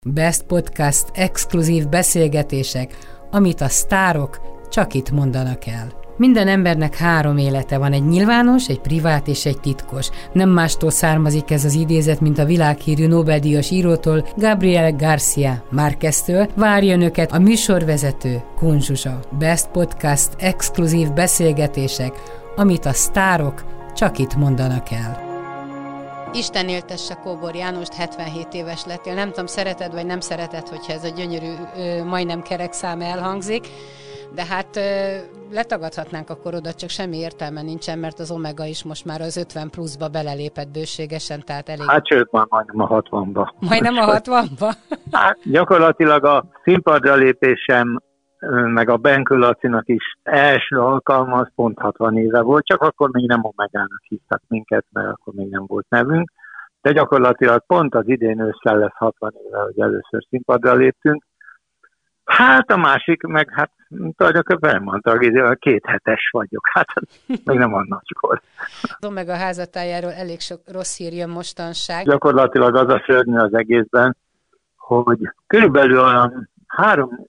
Best Podcast exkluzív beszélgetések, amit a sztárok csak itt mondanak el. Minden embernek 3 élete van, egy nyilvános, egy privát és egy titkos. Nem mástól származik ez az idézet, mint a világhírű Nobel-díjas írótól, Gabriel García Márqueztől. Várja önöket a műsorvezető, Kun Zsuzsa. Best Podcast exkluzív beszélgetések, amit a sztárok csak itt mondanak el. Isten éltesse Kóbor Jánost, 77 éves lettél. Nem tudom, szereted vagy nem szereted, hogyha ez a gyönyörű, majdnem kerek szám elhangzik, de hát letagadhatnánk a korodat, csak semmi értelme nincsen, mert az Omega is most már az 50 pluszba belelépett bőségesen, tehát elég... Hát sőt, már majdnem a 60-ba. Majdnem a 60-ba? Hát gyakorlatilag a színpadra lépésem, meg a Benkő Lacinak is első alkalma, az pont 60 éve volt, csak akkor még nem Omegának hívtak minket, mert akkor még nem volt nevünk, de gyakorlatilag pont az idén ősszel lesz 60 éve, hogy először színpadra léptünk. Hát a másik, meg hát tulajdonképpen van tragédia, 2 hetes vagyok, hát még nem a nagykor. Az Omega házatájáról elég sok rossz hír jön mostanság. Gyakorlatilag az a szörnyű az egészben, hogy körülbelül olyan 3-4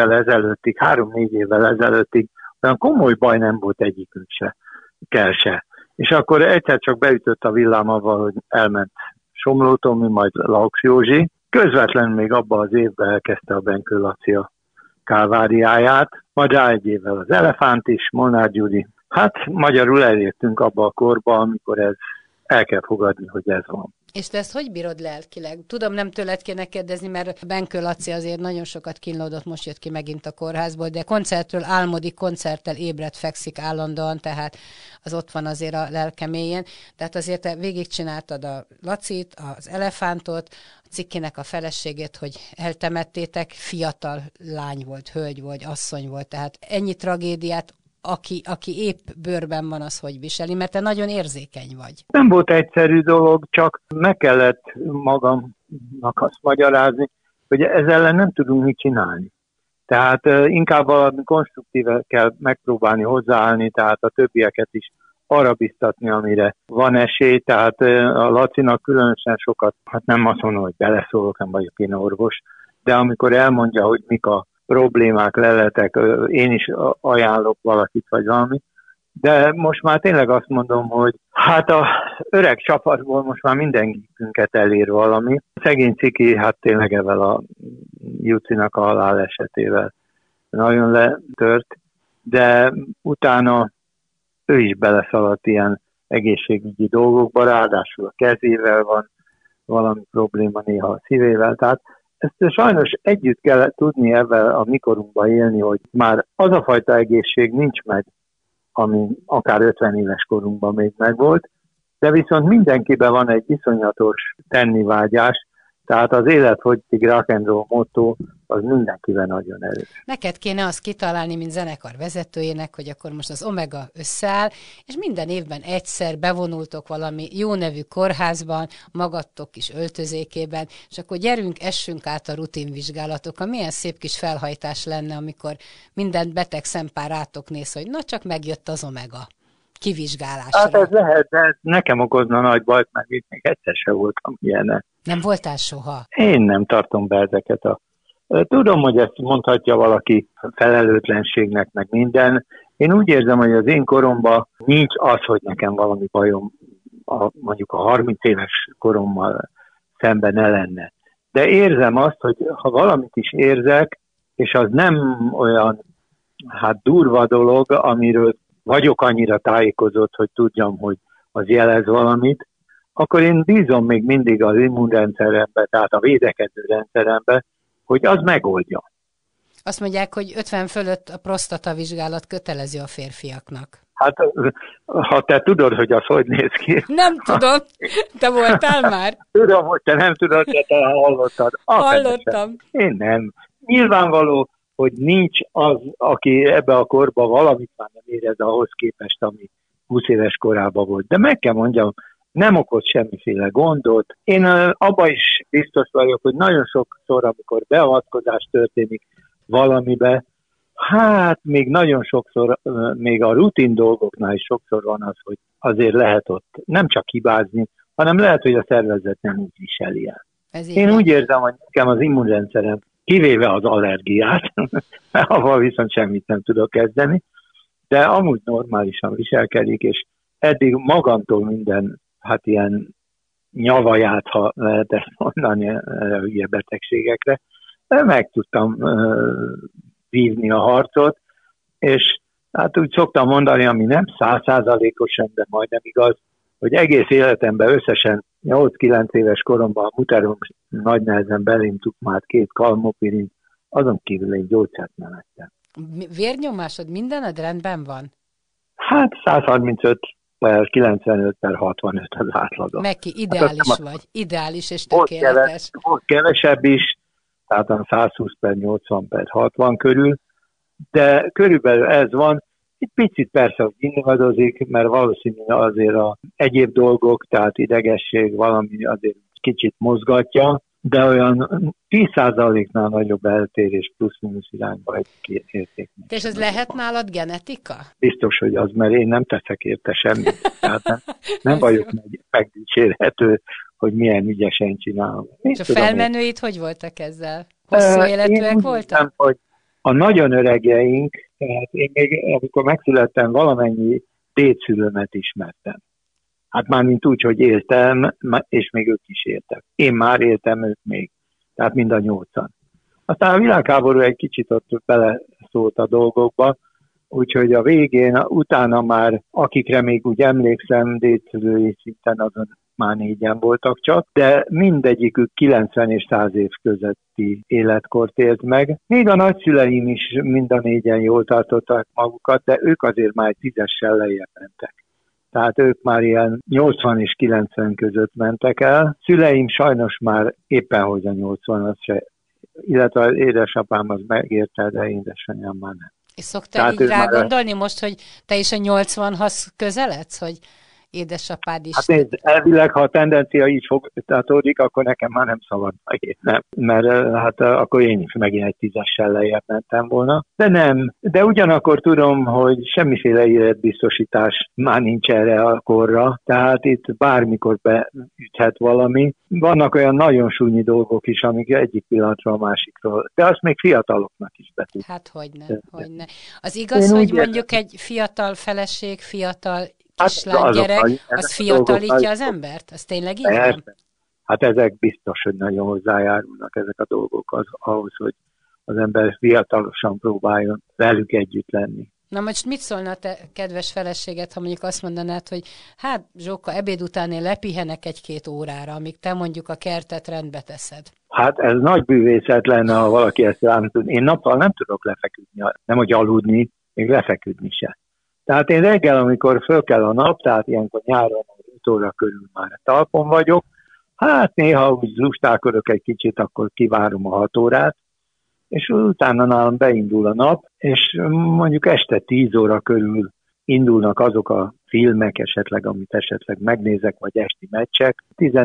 évvel ezelőttig olyan komoly baj nem volt egyikünk se. És akkor egyszer csak beütött a villám avval, hogy elment Somló Tomi, majd Laux Józsi. Közvetlenül még abban az évben elkezdte a Benkő Laci a kálváriáját, majd rá egy évvel az Elefánt is, Molnár Gyuri. Hát magyarul elértünk abba a korba, amikor ez el kell fogadni, hogy ez van. És te ezt hogy bírod lelkileg? Tudom, nem tőled kéne kérdezni, mert Benkő Laci azért nagyon sokat kínlódott, most jött ki megint a kórházból, de koncertről álmodik, koncerttel ébredt, fekszik állandóan, tehát az ott van azért a lelke mélyén. Tehát azért te végigcsináltad a Lacit, az Elefántot, a Cikkinek a feleségét, hogy eltemettétek, fiatal lány volt, hölgy volt, asszony volt, tehát ennyi tragédiát, aki épp bőrben van, az hogy viseli, mert te nagyon érzékeny vagy. Nem volt egyszerű dolog, csak meg kellett magamnak azt magyarázni, hogy ez ellen nem tudunk mit csinálni. Tehát inkább valami konstruktíve kell megpróbálni hozzáállni, tehát a többieket is arra biztatni, amire van esély, tehát a Lacinak különösen sokat, hát nem azt mondom, hogy beleszólok, nem vagyok én orvos, de amikor elmondja, hogy mik a problémák, leletek, én is ajánlok valakit vagy valamit, de most már tényleg azt mondom, hogy hát a öreg csapatból most már mindenkünket elér valami. Szegény Ciki, hát tényleg ezzel a Jucinak a halálesetével nagyon letört, de utána ő is beleszaladt ilyen egészségügyi dolgokba, ráadásul a kezével van valami probléma, néha a szívével, tehát ezt sajnos együtt kell tudni ebben a mikorunkban élni, hogy már az a fajta egészség nincs meg, ami akár 50 éves korunkban még megvolt, de viszont mindenkiben van egy iszonyatos tennivágyás, tehát az életfogytig rock and roll motto, az mindenkiben nagyon erős. Neked kéne azt kitalálni, mint zenekar vezetőjének, hogy akkor most az Omega összeáll, és minden évben egyszer bevonultok valami jó nevű kórházban, magadtok kis öltözékében, és akkor gyerünk, essünk át a rutinvizsgálatokon. Milyen szép kis felhajtás lenne, amikor minden beteg szempár rátok néz, hogy na csak megjött az Omega kivizsgálásra. Hát ez lehet, de ez nekem okozna nagy bajt, mert itt még egyszer se voltam ilyenek. Nem voltál soha? Én nem tartom be ezeket a... Tudom, hogy ezt mondhatja valaki felelőtlenségnek, meg minden. Én úgy érzem, hogy az én koromban nincs az, hogy nekem valami bajom mondjuk a 30 éves korommal szemben ne lenne. De érzem azt, hogy ha valamit is érzek, és az nem olyan durva dolog, amiről vagyok annyira tájékozott, hogy tudjam, hogy az jelez valamit, akkor én bízom még mindig az immunrendszerembe, tehát a védekező rendszerembe, hogy az megoldja. Azt mondják, hogy 50 fölött a prostatavizsgálat kötelező a férfiaknak. Hát, ha te tudod, hogy az hogy néz ki. Nem tudom. Te voltál már? Tudom, hogy te nem tudod, de te hallottad. Hallottam. Én nem. Nyilvánvaló, hogy nincs az, aki ebbe a korba valamit már nem érez ahhoz képest, ami 20 éves korában volt. De meg kell mondjam, nem okoz semmiféle gondot. Én abban is biztos vagyok, hogy nagyon sokszor, amikor beavatkozás történik valamibe, hát még nagyon sokszor, még a rutin dolgoknál is sokszor van az, hogy azért lehet ott nem csak hibázni, hanem lehet, hogy a szervezet nem úgy viseli el. Én úgy érzem, hogy nekem az immunrendszerem, kivéve az allergiát, avval viszont semmit nem tudok kezdeni, de amúgy normálisan viselkedik, és eddig magamtól minden, hát ilyen nyavaját, ha lehet ezt mondani a hülye betegségekre, meg tudtam vívni a harcot, és hát úgy szoktam mondani, ami nem 100%-osan, de majdnem igaz, hogy egész életemben összesen 8-9 éves koromban a muterom nagy nehezen belém már 2 kalmopirint, azon kívül egy gyógyszert nem ettem. Vérnyomásod mindened rendben van? Hát 135/95/65 az átlaga. Meki, ideális vagy. Ideális és tökéletes. Volt kevesebb is, tehát 120/80/60 körül, de körülbelül ez van. Egy picit persze ingadozik, mert valószínűleg azért egyéb dolgok, tehát idegesség valami azért kicsit mozgatja, de olyan 10%-nál nagyobb eltérés plusz-minusz irányba egy érték. És ez lehet nálad genetika? Biztos, hogy az, mert én nem teszek érte semmit. Tehát nem vagyok megdicsérhető, hogy milyen ügyesen csinálom. És a felmenőid hogy voltak ezzel? Hosszú életűek voltak? Nem, hogy a nagyon öregjeink, tehát én még, amikor megszülettem, valamennyi dédszülőmet ismertem. Hát mármint úgy, hogy éltem, és még ők is éltek. Én már éltem, ők még. Tehát mind a 8-an. Aztán a világháború egy kicsit ott beleszólt a dolgokba, úgyhogy a végén, utána már, akikre még úgy emlékszem, dédszülői szinten azon már 4-en voltak csak, de mindegyikük 90 és 100 év közötti életkort élt meg. Még a nagyszüleim is mind a 4-en jól tartották magukat, de ők azért már 10-essel lejjebb mentek. Tehát ők már ilyen 80 és 90 között mentek el. Szüleim sajnos már éppen hogy a 80-at se, illetve az édesapám az megérte, de édesanyám már nem. És szoktál így rá gondolni most, hogy te is a 80-hoz közeledsz, hogy édesapád is... Hát nézd, elvileg, ha a tendencia így folytatódik, akkor nekem már nem szabad megérnem, mert hát akkor én is megint egy 10-essel lejjebb mentem volna. De nem, de ugyanakkor tudom, hogy semmiféle életbiztosítás már nincs erre a korra, tehát itt bármikor beüthet valami. Vannak olyan nagyon súnyi dolgok is, amik egyik pillanatra a másikról, de azt még fiataloknak is betud. Hát hogyne. Az igaz, hogy mondjuk egy fiatal feleség, fiatal kislány gyerek, az fiatalítja az embert? Az tényleg így van? Hát ezek biztos, hogy nagyon hozzájárulnak ezek a dolgok ahhoz, hogy az ember fiatalosan próbáljon velük együtt lenni. Na most mit szólna te, kedves feleséget, ha mondjuk azt mondanád, hogy hát Zsóka, ebéd után én lepihenek 1-2 órára, amíg te mondjuk a kertet rendbe teszed? Hát ez nagy bűvészet lenne, ha valaki ezt rám tud. Én nappal nem tudok lefeküdni, nem hogy aludni, még lefeküdni se. Tehát én reggel, amikor föl kell a nap, tehát ilyenkor nyáron 5 óra körül már talpon vagyok, hát néha úgy lustálkodok egy kicsit, akkor kivárom a 6 órát, és utána nálam beindul a nap, és mondjuk este 10 óra körül indulnak azok a filmek esetleg, amit esetleg megnézek, vagy esti meccsek,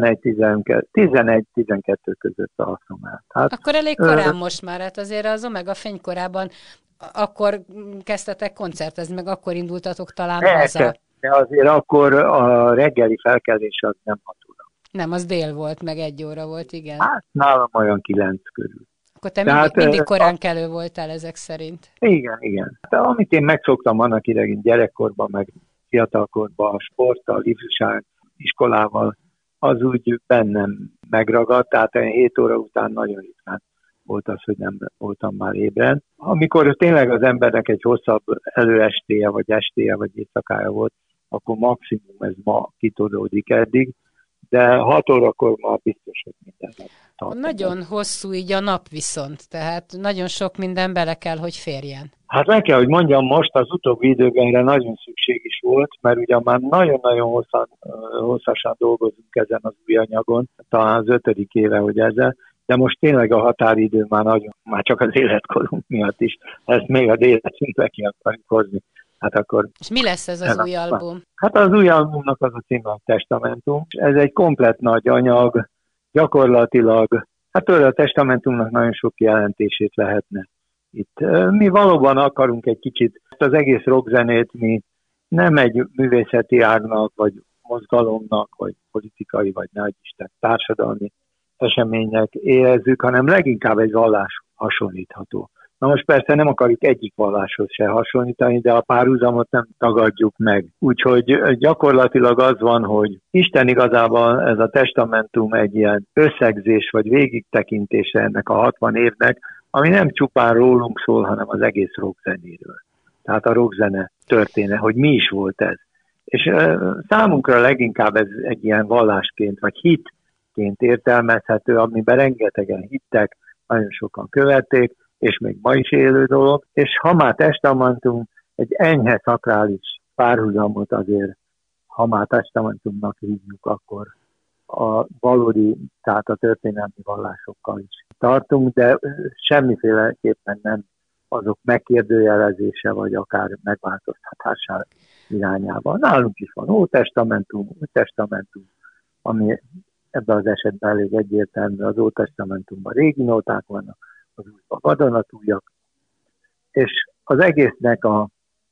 11-12 között alszom el. Hát, akkor elég korán most már, hát azért az Omega fénykorában akkor kezdtetek koncertezni, meg akkor indultatok talán haza. De azért akkor a reggeli felkelés az nem 6 óra. Nem, az dél volt, meg 1 óra volt, igen. Hát nálam olyan 9 körül. Akkor te mindig korán kelő voltál ezek szerint. Igen. De amit én megszoktam annak idején gyerekkorban, meg fiatalkorban a sporttal, ifjúság, iskolával, az úgy bennem megragadt, tehát 7 óra után nagyon ritkán volt az, hogy nem voltam már ébren. Amikor tényleg az embernek egy hosszabb előestéje, vagy estéje, vagy éjszakája volt, akkor maximum ez ma kitolódik eddig, de 6 órakor már biztos, hogy minden. Nagyon hosszú így a nap viszont, tehát nagyon sok minden bele kell, hogy férjen. Hát meg kell, hogy mondjam, most az utóbbi időben erre nagyon szükség is volt, mert ugye már nagyon-nagyon hosszasan dolgozunk ezen az új anyagon, talán az 5. éve, hogy ezzel, de most tényleg a határidő már csak az életkorunk miatt is, ezt még a életünkbe ki akarjuk hozni. Hát akkor... És mi lesz ez az új album? Hát az új albumnak az a címe a Testamentum. Ez egy komplett nagy anyag, gyakorlatilag, hát tőle a testamentumnak nagyon sok jelentését lehetne itt. Mi valóban akarunk egy kicsit ezt az egész rockzenét, mi nem egy művészeti ágnak, vagy mozgalomnak, vagy politikai, vagy nagy Isten társadalmi eseménynek érezzük, hanem leginkább egy vallás hasonlítható. Na most persze nem akarjuk egyik valláshoz se hasonlítani, de a párhuzamot nem tagadjuk meg. Úgyhogy gyakorlatilag az van, hogy Isten igazából ez a testamentum egy ilyen összegzés vagy végigtekintése ennek a 60 évnek, ami nem csupán rólunk szól, hanem az egész rockzenéről. Tehát a rockzene történet, hogy mi is volt ez. És számunkra leginkább ez egy ilyen vallásként, vagy hitként értelmezhető, amiben rengetegen hittek, nagyon sokan követték, és még ma is élő dolog. És ha már testamentum, egy enyhe szakrális párhuzamot azért, ha már testamentumnak hívjuk, akkor a valódi, tehát a történelmi vallásokkal is tartunk, de semmiféleképpen nem azok megkérdőjelezése, vagy akár megváltoztatása irányában. Nálunk is van Ótestamentum, Újtestamentum, ami ebben az esetben elég egyértelmű, az Ótestamentumban régi nóták vannak, az újban vadonatújak, és az egésznek a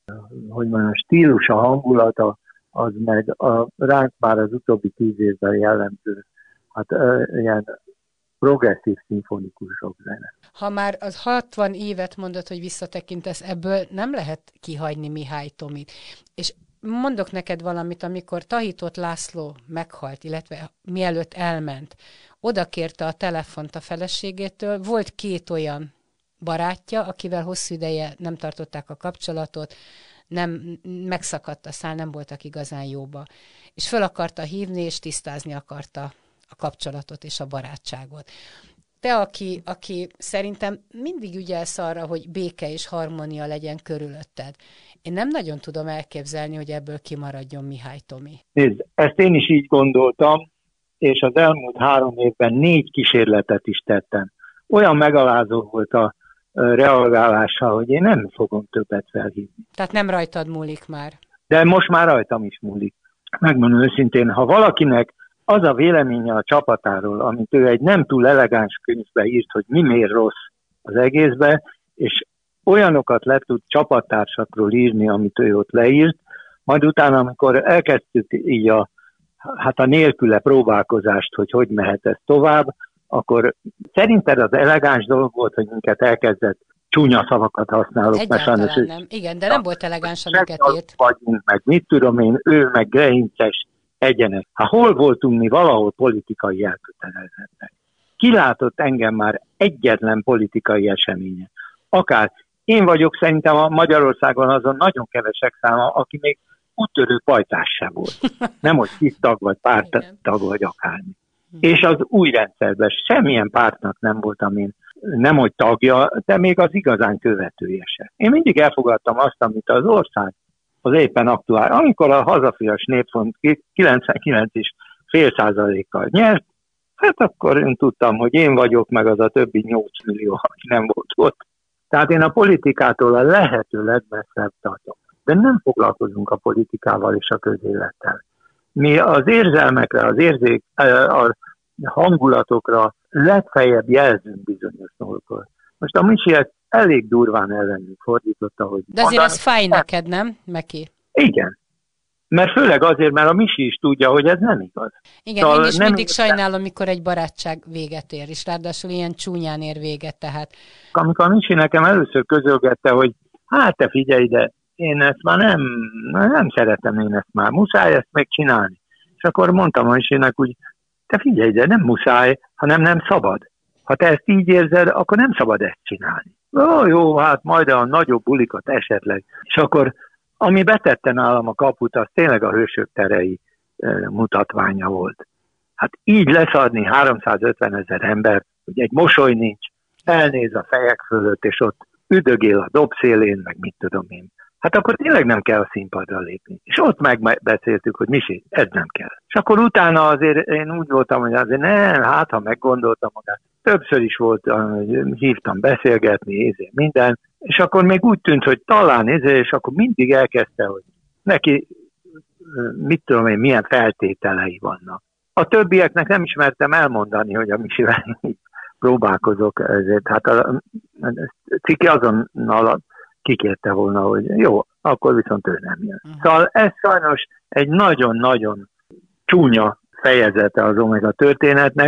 stílusa, hangulata, az meg ránk már az utóbbi 10 évben jellemző, hát ilyen progresszív szimfonikus rockzene. Ha már az 60 évet mondod, hogy visszatekintesz, ebből nem lehet kihagyni Mihály Tomit. És mondok neked valamit, amikor Tahitót László meghalt, illetve mielőtt elment, oda kérte a telefont a feleségétől, volt 2 olyan barátja, akivel hosszú ideje nem tartották a kapcsolatot, nem megszakadt a szál, nem voltak igazán jóba. És föl akarta hívni, és tisztázni akarta a kapcsolatot és a barátságot. Te, aki szerintem mindig ügyelsz arra, hogy béke és harmónia legyen körülötted. Én nem nagyon tudom elképzelni, hogy ebből kimaradjon Mihály Tomi. Nézd, ezt én is így gondoltam, és az elmúlt 3 évben 4 kísérletet is tettem. Olyan megalázó volt a reagálása, hogy én nem fogom többet felhívni. Tehát nem rajtad múlik már. De most már rajtam is múlik. Megmondom őszintén, ha valakinek az a véleménye a csapatáról, amit ő egy nem túl elegáns könyvbe írt, hogy mi miért rossz az egészbe, és olyanokat le tud csapattársakról írni, amit ő ott leírt, majd utána, amikor elkezdtük így a nélküle próbálkozást, hogy mehet ez tovább, akkor szerinted az elegáns dolog volt, hogy minket elkezdett csúnya szavakat használok. Egyáltalán nem. Igen, de nem volt elegáns, amiket írt. Vagyunk, meg mit tudom én, ő meg gerinces egyenek. Hol voltunk mi valahol politikai elkötelezettek? Kilátott engem már egyetlen politikai eseménye. Akár én vagyok szerintem a Magyarországon azon nagyon kevesek száma, aki még úttörő pajtás se volt. Nem, hogy hisztag vagy párttag vagy akármi. És az új rendszerben semmilyen pártnak nem voltam én, nem hogy tagja, de még az igazán követője se. Én mindig elfogadtam azt, amit az ország az éppen aktuál. Amikor a hazafias népfront 99,5%-kal nyert, hát akkor én tudtam, hogy én vagyok, meg az a többi 8 millió, aki nem volt ott. Tehát én a politikától a lehető legmesszebb tartom. De nem foglalkozunk a politikával és a közélettel. Mi az érzelmekre, a hangulatokra legfeljebb jelzünk bizonyos dolgokat. Most a Misi elég durván ellenünk fordította, hogy... De azért ez fáj neked, nem, Meki? Igen. Mert főleg azért, mert a Misi is tudja, hogy ez nem igaz. Igen, szóval én is mindig sajnálom, amikor egy barátság véget ér, és ráadásul ilyen csúnyán ér véget, tehát... Amikor a Misi nekem először közölgette, hogy hát te figyelj ide, én ezt már nem szeretem, én ezt már muszáj ezt megcsinálni. És akkor mondtam a Misinek úgy, te figyelj ide, nem muszáj, hanem nem szabad. Ha te ezt így érzed, akkor nem szabad ezt csinálni. Jó, hát majd a nagyobb bulikat esetleg. És akkor, ami betette nálam a kaput, az tényleg a Hősök terei mutatványa volt. Hát így leszadni 350 000 ember, hogy egy mosoly nincs, elnéz a fejek fölött, és ott üdögél a dobszélén, meg mit tudom én. Hát akkor tényleg nem kell a színpadra lépni. És ott megbeszéltük, hogy Misi, ez nem kell. És akkor utána azért én úgy voltam, hogy azért nem, hát ha meggondoltam magát. Többször is volt, hogy hívtam beszélgetni, minden. És akkor még úgy tűnt, hogy talán és akkor mindig elkezdte, hogy neki, mit tudom én, milyen feltételei vannak. A többieknek nem ismertem elmondani, hogy a Misivel próbálkozok ezért. Hát a Ciki azonnal kikérte volna, hogy jó, akkor viszont ő nem jön. Szóval ez sajnos egy nagyon-nagyon csúnya fejezete az Omega történetnek,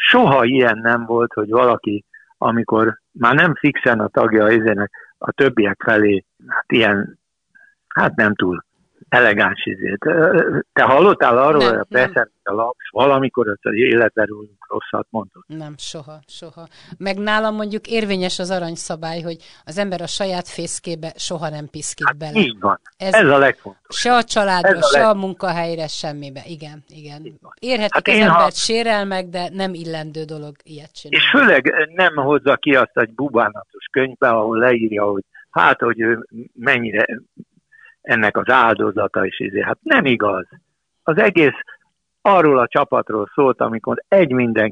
soha ilyen nem volt, hogy valaki, amikor már nem fixen a tagja a többiek felé, hát ilyen, hát nem túl elegáns izét. Te hallottál arról, hogy a persze a laksz, valamikor az életben rólunk rosszat mondott? Nem, soha. Meg nálam mondjuk érvényes az aranyszabály, hogy az ember a saját fészkébe soha nem piszkít bele. Így van. Ez a legfontosabb. Se a családra, se a munkahelyre, semmibe. Igen. Érhetik az embert sérelmek, de nem illendő dolog ilyet csinálni. És főleg nem hozza ki azt egy bubánatos könyvbe, ahol leírja, hogy hogy ő mennyire ennek az áldozata is hát nem igaz. Az egész arról a csapatról szólt, amikor egy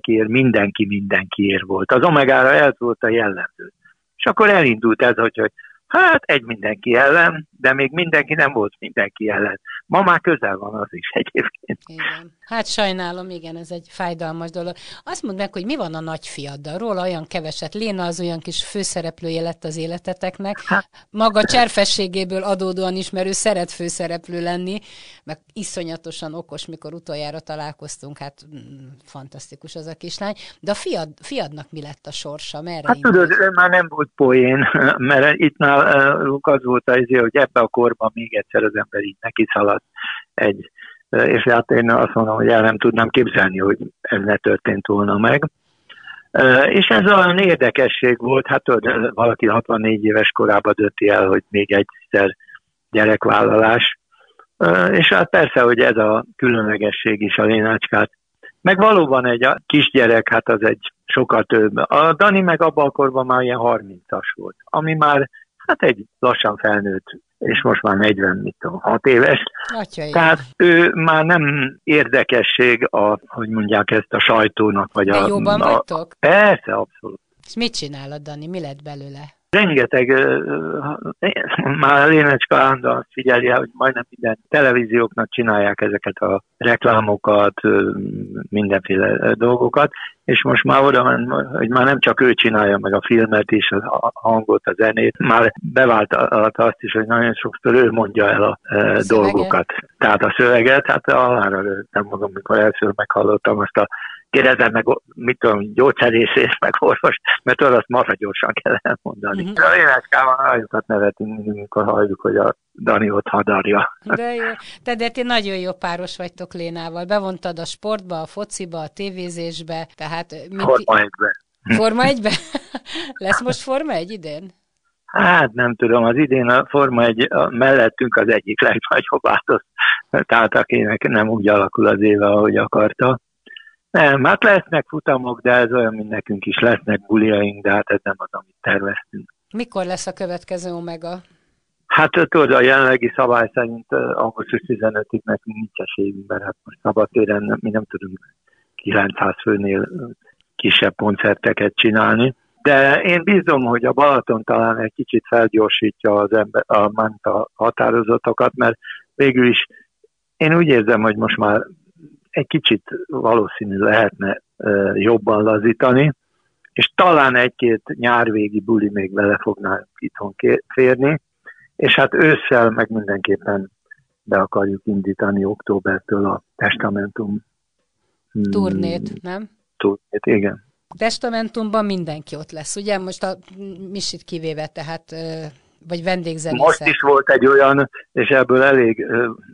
mindenkiért volt. Az Omegára ez volt a jellemző. És akkor elindult ez, hogy egy mindenki ellen, de még mindenki nem volt mindenki ellen. Ma már közel van az is egyébként. Igen. Hát sajnálom, igen, ez egy fájdalmas dolog. Azt mondd meg, hogy mi van a nagyfiaddal? Róla olyan keveset. Léna az olyan kis főszereplője lett az életeteknek. Maga cserfességéből adódóan is, mert ő szeret főszereplő lenni, meg iszonyatosan okos, mikor utoljára találkoztunk, hát fantasztikus az a kislány. De a fiadnak mi lett a sorsa? Merre hát tudod, ő már nem volt poén, mert itt nálunk az volt hogy ebbe a korban még egyszer az ember így neki szaladt és hát én azt mondom, hogy el nem tudnám képzelni, hogy ez ne történt volna meg. És ez olyan érdekesség volt, hát valaki 64 éves korában dönti el, hogy még egyszer gyerekvállalás. És hát persze, hogy ez a különlegesség is a Lénácskát. Meg valóban egy kisgyerek, hát az egy sokkal több. A Dani meg abban a korban már ilyen 30-as volt, ami már hát egy lassan felnőtt, és most már 46 éves. Tehát ő már nem érdekesség hogy mondják ezt a sajtónak. Vagy de jóban vagytok? Persze, abszolút. És mit csinál a Dani? Mi lett belőle? Rengeteg, már Lénecska állandóan azt figyeli, hogy majdnem minden televízióknak csinálják ezeket a reklámokat, mindenféle dolgokat, és most már oda ment, hogy már nem csak ő csinálja meg a filmet is, a hangot, a zenét, már bevált azt is, hogy nagyon sokszor ő mondja el a dolgokat. Tehát a szöveget, hát alára nem mondom, mikor először meghallottam azt a kérdezem meg, mit tudom, gyógyszerészét, meg orvos, mert azt marha gyorsan kell elmondani. A Lénácskával nagyokat nevetünk, amikor halljuk, hogy a Dani ott hadarja. De jó. De ti nagyon jó páros vagytok Lénával. Bevontad a sportba, a fociba, a tévézésbe, tehát... Forma 1-be. Forma 1-be? Lesz most Forma 1 idén? Hát nem tudom, az idén a Forma 1 mellettünk az egyik legnagyobb változ. Tehát akinek nem úgy alakul az éve, ahogy akarta. Nem, hát lesznek futamok, de ez olyan, mint nekünk is lesznek buliaink, de hát ez nem az, amit terveztünk. Mikor lesz a következő Omega? Hát tudod, a jelenlegi szabály szerint augusztus 15-ig nekünk nincs esélyünk, mert hát most szabadtéren mi nem tudunk 900 főnél kisebb koncerteket csinálni. De én bízom, hogy a Balaton talán egy kicsit felgyorsítja a határozatokat, mert végül is én úgy érzem, hogy most már egy kicsit valószínű lehetne jobban lazítani, és talán egy-két nyárvégi buli még vele fognánk itthon férni, és hát ősszel meg mindenképpen be akarjuk indítani októbertől a Testamentum turnét, nem? Turnét, igen. Testamentumban mindenki ott lesz, ugye? Most a Misit kivéve, tehát... vagy vendégzenészek. Most is volt egy olyan, és ebből elég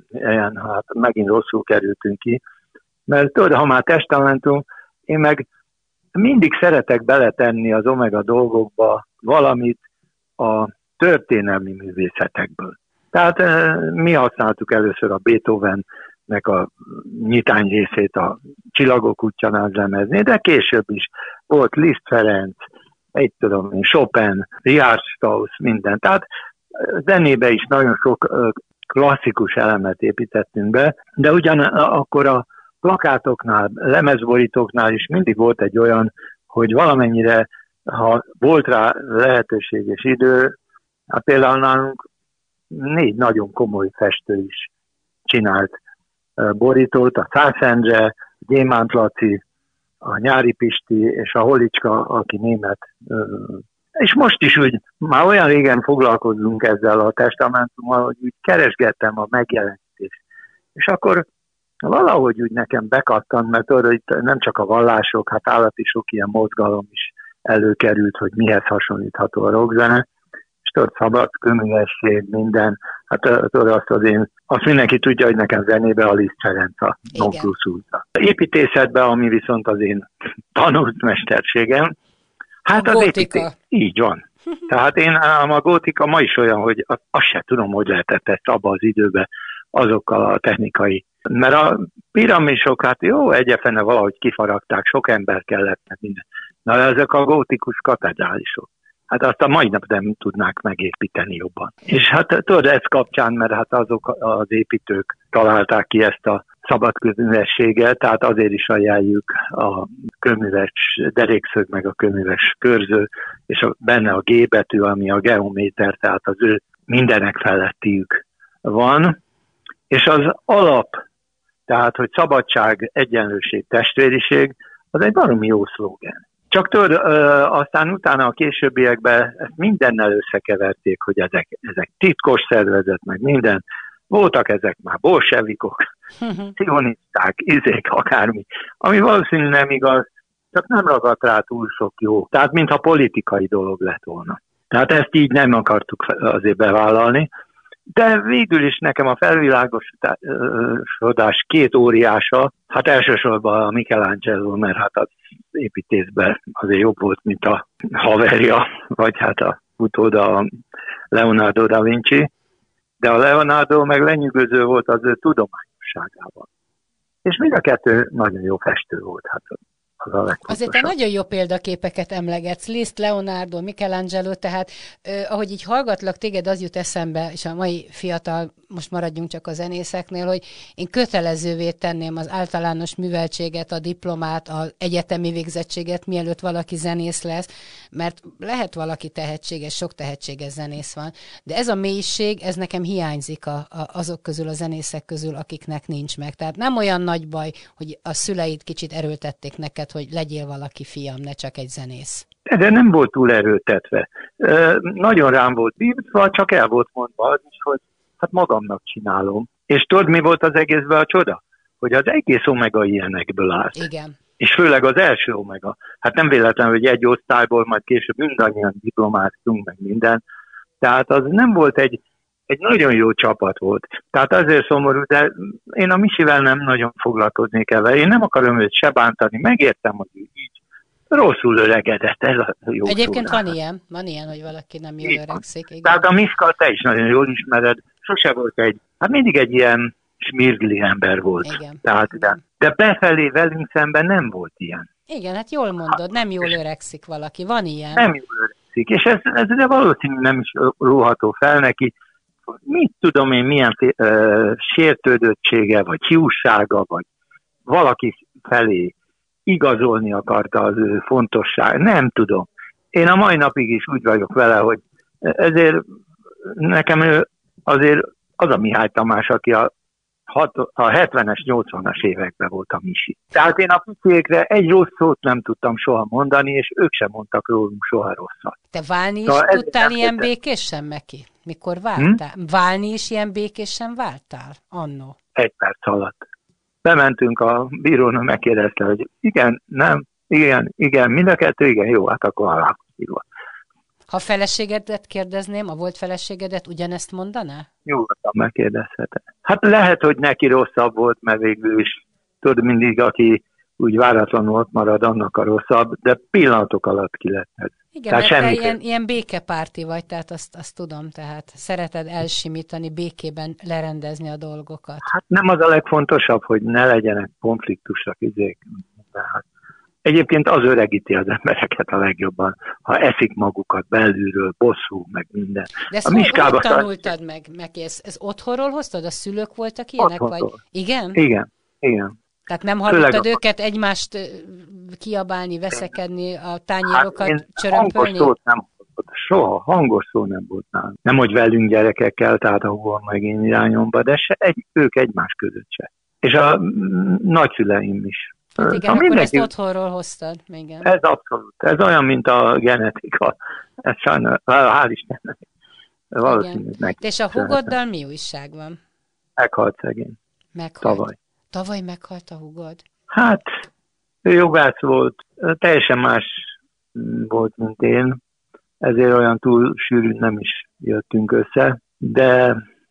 hát megint rosszul kerültünk ki, mert tudod, ha már testamentum, én meg mindig szeretek beletenni az Omega dolgokba valamit a történelmi művészetekből. Tehát mi használtuk először a Beethovennek a nyitány részét a Csillagok útján lemezni, de később is volt Liszt Ferenc, Chopin, Richard Strauss, minden. Tehát zenébe is nagyon sok klasszikus elemet építettünk be, de ugyanakkor a plakátoknál, lemezborítóknál is mindig volt egy olyan, hogy valamennyire, ha volt rá lehetőség és idő, hát például nálunk 4 nagyon komoly festő is csinált borítót, a Szász Endre, Gyémánt Laci, a Nyári Pisti és a Holicska, aki német. És most is úgy, már olyan régen foglalkozunk ezzel a testamentummal, hogy úgy keresgettem a megjelenítést. És akkor valahogy úgy nekem bekattant, mert arra itt nem csak a vallások, hát állati sok ilyen mozgalom is előkerült, hogy mihez hasonlítható a rockzene, és tudod, szabad, könyvesség, minden, hát tudod, azt mindenki tudja, hogy nekem zenébe a Liszt Ferenc a non plus ultra. Építészetben, ami viszont az én tanult mesterségem, hát az építés. Így van. Tehát én a gótika ma is olyan, hogy azt se tudom, hogy lehetett ezt abban az időben azokkal a technikai. Mert a piramisok, hát jó, egyefene valahogy kifaragták, sok ember kellett, meg minden. Na, ezek a gótikus katedrálisok. Hát azt a mai nap nem tudnák megépíteni jobban. És hát tudod, ez kapcsán, mert hát azok az építők találták ki ezt a szabadkőművességet, tehát azért is ajánljuk a kőműves derékszög, meg a kőműves körző, és benne a G betű, ami a geométer, tehát az ő mindenek felettiük van. És az alap, tehát, hogy szabadság, egyenlőség, testvériség, az egy baromi jó szlógen. Csak tudod, aztán utána a későbbiekben ezt mindennel összekeverték, hogy ezek titkos szervezet, meg minden. Voltak ezek már bolsevikok, cionisták, izék, akármi. Ami valószínűleg nem igaz, csak nem ragadt rá túl sok jó. Tehát, mintha politikai dolog lett volna. Tehát ezt így nem akartuk azért bevállalni. De végül is nekem a felvilágosodás két óriása, hát elsősorban a Michelangelo, mert hát az építészben azért jobb volt, mint a haverja, vagy hát a utóda a Leonardo da Vinci, de a Leonardo meg lenyűgöző volt az ő tudományosságában. És mind a kettő nagyon jó festő volt, hát az a legfontosabb. Azért te nagyon jó példaképeket emlegetsz, Liszt, Leonardo, Michelangelo, tehát ahogy így hallgatlak téged, az jut eszembe, és a mai fiatal, most maradjunk csak a zenészeknél, hogy én kötelezővé tenném az általános műveltséget, a diplomát, az egyetemi végzettséget, mielőtt valaki zenész lesz, mert lehet valaki tehetséges, sok tehetséges zenész van, de ez a mélység, ez nekem hiányzik azok közül, a zenészek közül, akiknek nincs meg. Tehát nem olyan nagy baj, hogy a szüleid kicsit erőltették neked, hogy legyél valaki, fiam, ne csak egy zenész. De nem volt túl erőltetve. Nagyon rám volt bízva, csak el volt mondva az is, hogy hát magamnak csinálom. És tudod, mi volt az egészben a csoda? Hogy az egész Omega ilyenekből állt. Igen. És főleg az első Omega. Hát nem véletlen, hogy egy osztályból majd később mindannyian diplomáztunk, meg minden. Tehát az nem volt egy nagyon jó csapat volt. Tehát azért szomorú, de én a Misivel nem nagyon foglalkoznék el. Én nem akarom őt se bántani, megértem, hogy így rosszul öregedett, ez a jó. Egyébként van ilyen, hogy valaki nem jól öregszik. Igen. Tehát a Miska, te is nagyon jól ismered, sose volt hát mindig egy ilyen smirgli ember volt. Igen. Tehát, de befelé velünk szemben nem volt ilyen. Igen, hát jól mondod, nem jól öregszik valaki, van ilyen. Nem jól öregszik, és ez de valószínűleg nem is róható fel neki. Mit tudom én, milyen sértődöttsége, vagy hiúsága, vagy valaki felé igazolni akarta az ő fontosság. Nem tudom. Én a mai napig is úgy vagyok vele, hogy ezért nekem ő azért az a Mihály Tamás, aki a 70-es, 80-as években volt a Misi. Tehát én a piciékre egy rossz szót nem tudtam soha mondani, és ők sem mondtak rólunk soha rosszat. Te válni is tudtál ilyen békésen, Meki? Mikor váltál? Válni is ilyen békésen váltál? Annó. 1 perc alatt. Bementünk, a bírónő megkérdezte, hogy igen, nem, igen, mind a kettő, igen, jó, hát akkor aláírva. Ha feleségedet kérdezném, a volt feleségedet ugyanezt mondaná? Nyugodtan megkérdezhetem. Hát lehet, hogy neki rosszabb volt, mert végül is tudod, mindig, aki úgy váratlanul ott marad, annak a rosszabb, de pillanatok alatt ki lett ez. Igen, mert te ilyen békepárti vagy, tehát azt tudom, tehát szereted elsimítani, békében lerendezni a dolgokat. Hát nem az a legfontosabb, hogy ne legyenek konfliktusok, izék. Egyébként az öregíti az embereket a legjobban, ha eszik magukat belülről, bosszú, meg minden. De ezt hol tanultad meg? Ez otthonról hoztad? A szülők voltak ilyenek? Otthonról. Vagy? Igen? Igen. Tehát nem hallottad őket egymást kiabálni, veszekedni, a tányérokat csörömpölni? Soha hangos szó nem volt nálam. Nem, hogy velünk gyerekekkel, tehát a húgom meg én irányomba, de ők egymás között se. És a nagyszüleim is. Hát igen, akkor ezt otthonról hoztad. Igen. Ez abszolút. Ez olyan, mint a genetika. Ez sajnos, hál' Istennek. Valószínűleg. És a húgoddal mi újság van? Meghalt szegény. Meghalt. Tavaly. Tavaly meghalt a húgod? Hát, ő jogász volt, teljesen más volt, mint én, ezért olyan túl sűrűn nem is jöttünk össze, de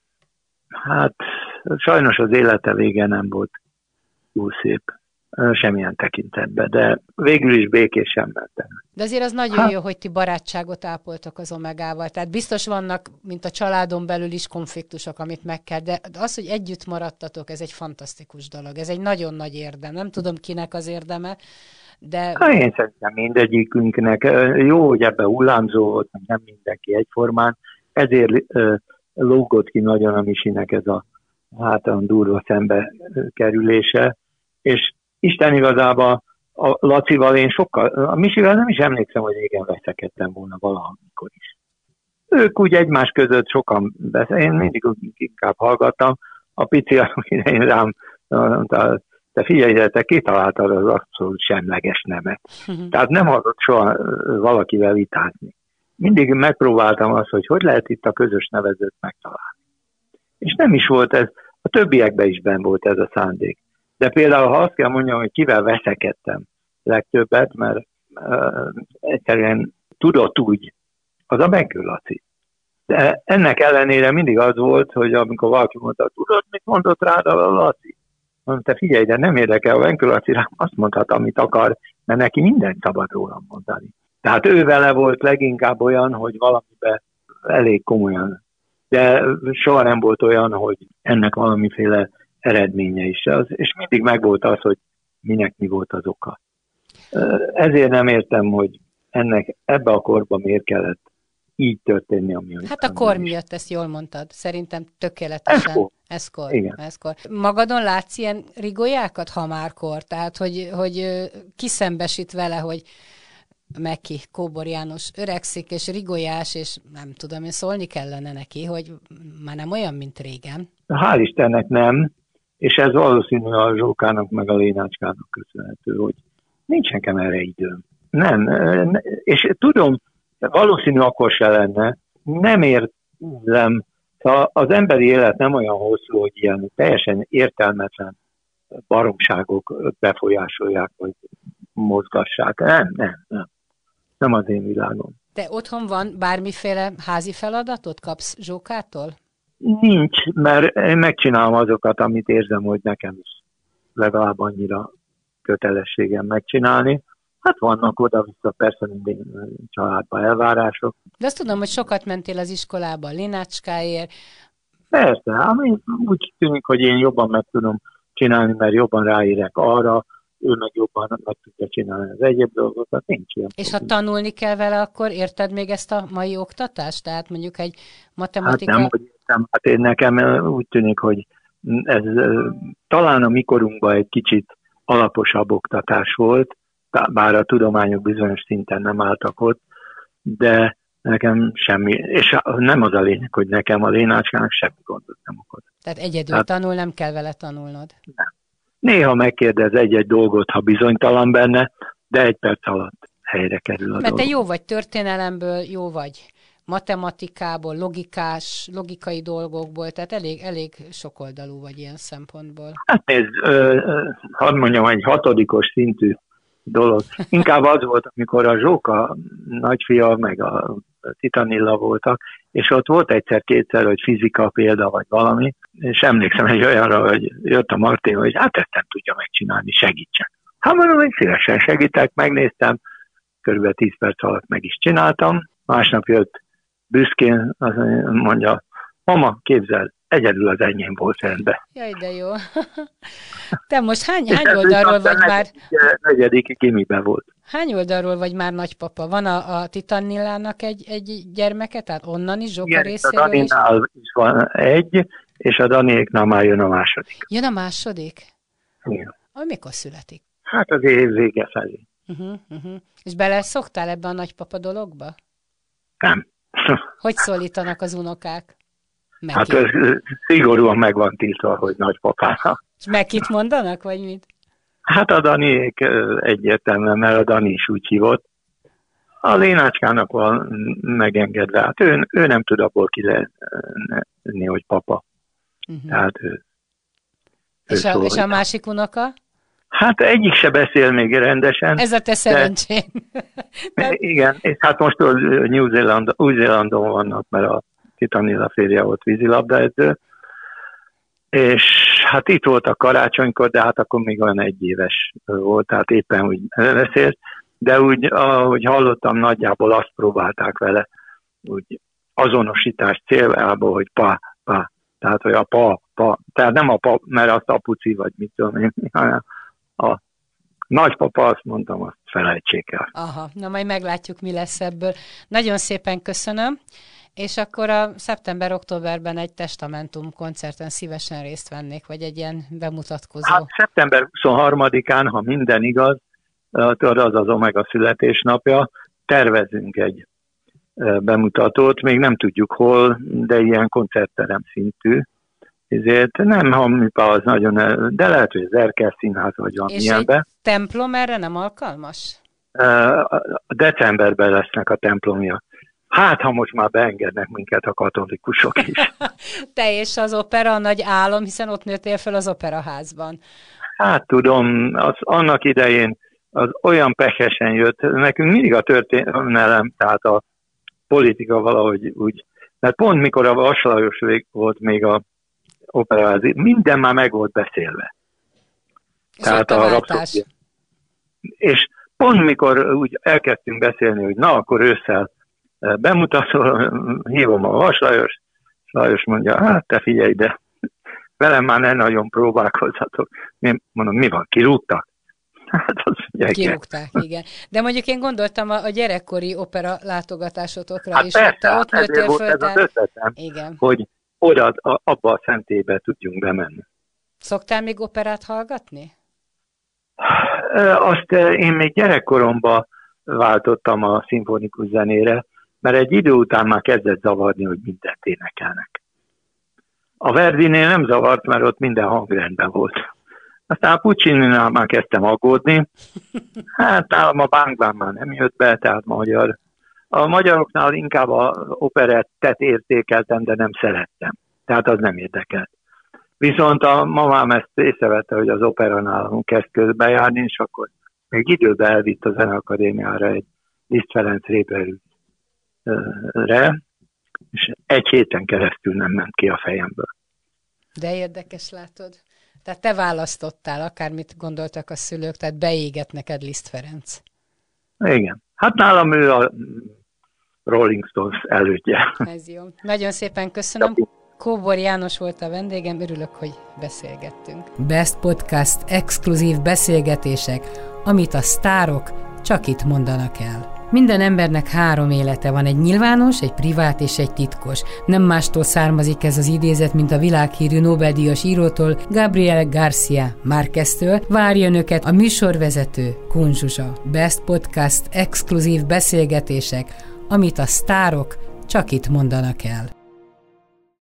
hát sajnos az élete vége nem volt túl szép, semmilyen tekintetben, de végül is békésen mentem. De azért az nagyon jó, hogy ti barátságot ápoltak az Omegával. Tehát biztos vannak, mint a családon belül is konfliktusok, amit meg kell, de az, hogy együtt maradtatok, ez egy fantasztikus dolog. Ez egy nagyon nagy érdem. Nem tudom, kinek az érdeme, de... Én szerintem mindegyikünknek. Jó, hogy ebben hullámzó volt, nem mindenki egyformán, ezért lógott ki nagyon a Misinek ez a hátan durva szembe kerülése, és Isten igazából a Lacival én a Misivel nem is emlékszem, hogy régen veszekedtem volna valamikor is. Ők úgy egymás között sokan én mindig inkább hallgattam, a pici, én rám mondta, te figyelj, te kitaláltad az abszolút semleges nemet. Tehát nem hallott soha valakivel vitázni. Mindig megpróbáltam azt, hogy lehet itt a közös nevezőt megtalálni. És nem is volt ez, a többiekben is benn volt ez a szándék. De például, ha azt kell mondjam, hogy kivel veszekedtem legtöbbet, mert egyszerűen tudott úgy, az a Benkő Laci. De ennek ellenére mindig az volt, hogy amikor valaki mondta, tudod, mit mondott rád a Laci? Mondta, figyelj, de nem érdekel, a Benkő Laci rám azt mondhat, amit akar, mert neki mindent szabad rólam mondani. Tehát ő vele volt leginkább olyan, hogy valamiben elég komolyan. De soha nem volt olyan, hogy ennek valamiféle eredménye is. És mindig megvolt az, hogy minek mi volt az oka. Ezért nem értem, hogy ebbe a korban miért kellett így történni, ami... Hát a kor miatt, ezt jól mondtad. Szerintem tökéletesen. Eszkor. Magadon látsz ilyen rigolyákat, ha már kor? Tehát, hogy kiszembesít vele, hogy Meki, Kóbor János öregszik, és rigolyás, és nem tudom, én szólni kellene neki, hogy már nem olyan, mint régen. Hál' Istennek nem, és ez valószínű a Zsókának meg a Lénácskának köszönhető, hogy nincs nekem erre időm. Nem, és tudom, valószínű akkor se lenne, nem értem, az emberi élet nem olyan hosszú, hogy ilyen teljesen értelmetlen baromságok befolyásolják, vagy mozgassák. Nem az én világom. De otthon van bármiféle házi feladatot kapsz Zsókától? Nincs, mert én megcsinálom azokat, amit érzem, hogy nekem is legalább annyira kötelességem megcsinálni. Hát vannak oda-vissza persze minden családban elvárások. De azt tudom, hogy sokat mentél az iskolába Lénácskáért. Persze, ami úgy tűnik, hogy én jobban meg tudom csinálni, mert jobban ráérek arra, ő meg jobban meg tudja csinálni az egyéb dolgokat, nincs ilyen. És ha tanulni kell vele, akkor érted még ezt a mai oktatást? Tehát mondjuk egy matematika... Hát nem, hogy értem. Hát én nekem úgy tűnik, hogy ez talán a mikorunkban egy kicsit alaposabb oktatás volt, bár a tudományok bizonyos szinten nem álltak ott, de nekem semmi, és nem az a lényeg, hogy nekem a Lénácskának semmi gondot nem okoz. Tehát egyedül tanul, nem kell vele tanulnod? Nem. Néha megkérdez egy-egy dolgot, ha bizonytalan benne, de 1 perc alatt helyre kerül a Mert dolog. te jó vagy történelemből, jó vagy matematikából, logikai dolgokból, tehát elég sokoldalú vagy ilyen szempontból. Hát nézd, hadd mondjam, egy 6. szintű dolog. Inkább az volt, amikor a Zsóka nagyfia, meg a Titanilla voltak, és ott volt egyszer-kétszer, hogy fizika példa, vagy valami, és emlékszem egy olyanra, hogy jött a Marti, hogy hát ezt nem tudja megcsinálni, segítsen. Hát mondom, hogy szívesen segítek, megnéztem, körülbelül 10 perc alatt meg is csináltam, másnap jött büszkén, azt mondja, mama, képzeld, egyedül az enyém volt rendben. Jaj, de jó. Te most hány oldalról vagy már? 4. gimiben volt. Hány oldalról vagy már nagypapa? Van a Titannillának egy gyermeke, tehát onnan is, Zsóka részéről a Daninál is van egy, és a Daniéknál már jön a második. Jön a második? Igen. Mikor születik? Hát az év vége felé. És beleszoktál ebbe a nagypapa dologba? Nem. Hogy szólítanak az unokák? Hát ez szigorúan meg van tiltva, hogy nagypapának. És Mekit mondanak, vagy mit? Hát a Daniék egyértelműen, mert a Dani is úgy hívott. A Lénácskának van megengedve. Hát ő nem tud abból kilenni, hogy papa. Tehát És a másik unoka? Hát egyik se beszél még rendesen. Ez a te szerencsén. Igen, és hát most Új-Zélandon vannak, mert a Titanilla férje volt vízilabdaedző, és hát itt voltak karácsonykor, de hát akkor még olyan 1 éves volt, tehát éppen úgy beszélt, de úgy, ahogy hallottam, nagyjából azt próbálták vele, úgy azonosítás céljából, hogy pa, tehát hogy a pa, tehát nem a pa, mert azt apuci, vagy mit tudom én, hanem a nagypapa, azt mondtam, azt felejtsék el. Aha, na majd meglátjuk, mi lesz ebből. Nagyon szépen köszönöm, és akkor a szeptember-októberben egy testamentum koncerten szívesen részt vennék, vagy egy ilyen bemutatkozó. Hát szeptember 23-án, ha minden igaz, az Omega születésnapja, tervezünk egy bemutatót, még nem tudjuk hol, de ilyen koncertterem szintű. Ezért nem Hammipa az nagyon, de lehet, hogy az Erkel Színház vagy van ilyenben. És egy templom erre nem alkalmas? Decemberben lesznek a templomja. Hát, ha most már beengednek minket a katolikusok is. Te és az opera a nagy álom, hiszen ott nőttél fel az operaházban. Hát tudom, annak idején az olyan pehesen jött, nekünk mindig a történelem, tehát a politika valahogy úgy, mert pont mikor a Vaslajos volt még a operaházi, minden már meg volt beszélve. És tehát a váltás. És pont mikor úgy elkezdtünk beszélni, hogy na, akkor ősszel bemutató, hívom a Vaslajos, Lajos mondja, hát te figyelj, de velem már ne nagyon próbálkozzatok. Mondom, mi van, kirúgtak? Hát az kirúgták, igen. De mondjuk én gondoltam a gyerekkori opera látogatásotokra hát is. Persze, te ott nőttél föl, ez az ötletem, igen. hogy oda, abba a szentélybe tudjunk bemenni. Szoktál még operát hallgatni? Azt én még gyerekkoromban váltottam a szimfonikus zenére, mert egy idő után már kezdett zavarni, hogy mindent énekelnek. A Verdinél nem zavart, mert ott minden hangrendben volt. Aztán a Puccininál már kezdtem aggódni. Hát nálam a bánkban már nem jött be, tehát magyar. A magyaroknál inkább a operettet értékeltem, de nem szerettem. Tehát az nem érdekelt. Viszont a mamám ezt észrevette, hogy az opera nálunk kezd közbejárni, és akkor még időben elvitt a Zeneakadémiára egy Liszt Ferenc Réperűre, és 1 héten keresztül nem ment ki a fejemből. De érdekes, látod. Tehát te választottál, akármit gondoltak a szülők, tehát beégett neked Liszt Ferenc. Igen. Hát nálam ő a Rolling Stones elődje. Ez jó. Nagyon szépen köszönöm. Kóbor János volt a vendégem, örülök, hogy beszélgettünk. Best Podcast exkluzív beszélgetések, amit a sztárok csak itt mondanak el. Minden embernek 3 élete van, egy nyilvános, egy privát és egy titkos. Nem mástól származik ez az idézet, mint a világhírű Nobel-díjas írótól, Gabriel García Márqueztől. Várja önöket a műsorvezető, Kun Zsuzsa. Best Podcast exkluzív beszélgetések, amit a sztárok csak itt mondanak el.